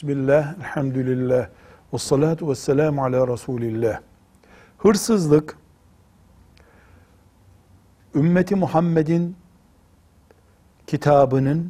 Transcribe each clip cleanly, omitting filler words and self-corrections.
Bismillah, elhamdülillah, ve salatu ve selamu ala Resulillah. Hırsızlık, ümmeti Muhammed'in kitabının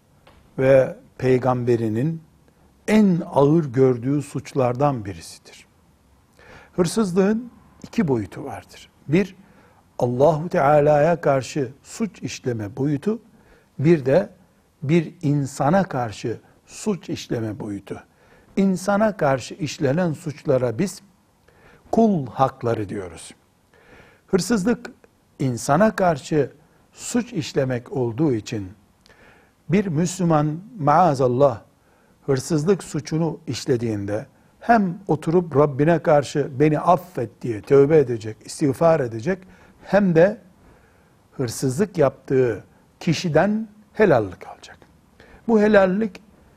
ve peygamberinin en ağır gördüğü suçlardan birisidir. Hırsızlığın iki boyutu vardır. Bir, Allahu Teala'ya karşı suç işleme boyutu, bir de bir insana karşı suç işleme boyutu. İnsana karşı işlenen suçlara biz kul hakları diyoruz. Hırsızlık insana karşı suç işlemek olduğu için bir Müslüman maazallah hırsızlık suçunu işlediğinde hem oturup Rabbine karşı beni affet diye tövbe edecek, istiğfar edecek, hem de hırsızlık yaptığı kişiden helallik alacak. Bu helallik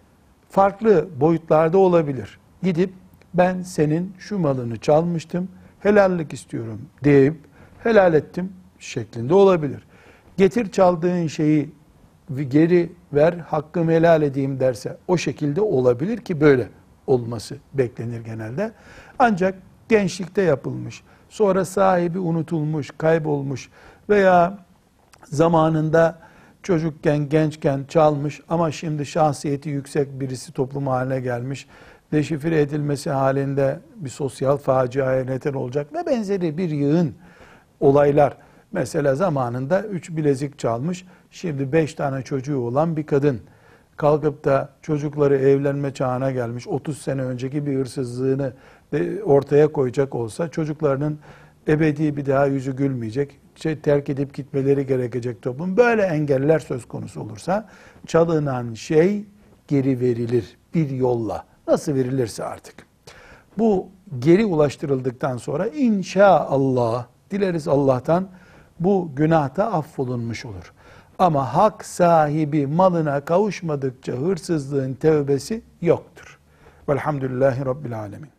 farklı boyutlarda olabilir. Gidip ben senin şu malını çalmıştım, helallik istiyorum deyip helal ettim şeklinde olabilir. Getir çaldığın şeyi geri ver, hakkımı helal edeyim derse o şekilde olabilir ki böyle olması beklenir genelde. Ancak gençlikte yapılmış, sonra sahibi unutulmuş, kaybolmuş veya zamanında çocukken, gençken çalmış ama şimdi şahsiyeti yüksek birisi toplum haline gelmiş, deşifre edilmesi halinde bir sosyal faciaya neden olacak ve benzeri bir yığın olaylar. Mesela zamanında 3 bilezik çalmış, şimdi 5 tane çocuğu olan bir kadın kalkıp da çocukları evlenme çağına gelmiş, 30 sene önceki bir hırsızlığını ortaya koyacak olsa çocuklarının ebedi bir daha yüzü gülmeyecek, terk edip gitmeleri gerekecek toplum. Böyle engeller söz konusu olursa çalınan şey geri verilir bir yolla. Nasıl verilirse artık. Bu geri ulaştırıldıktan sonra inşallah dileriz Allah'tan bu günah da affolunmuş olur. Ama hak sahibi malına kavuşmadıkça hırsızlığın tevbesi yoktur. Velhamdülillahi Rabbil Alemin.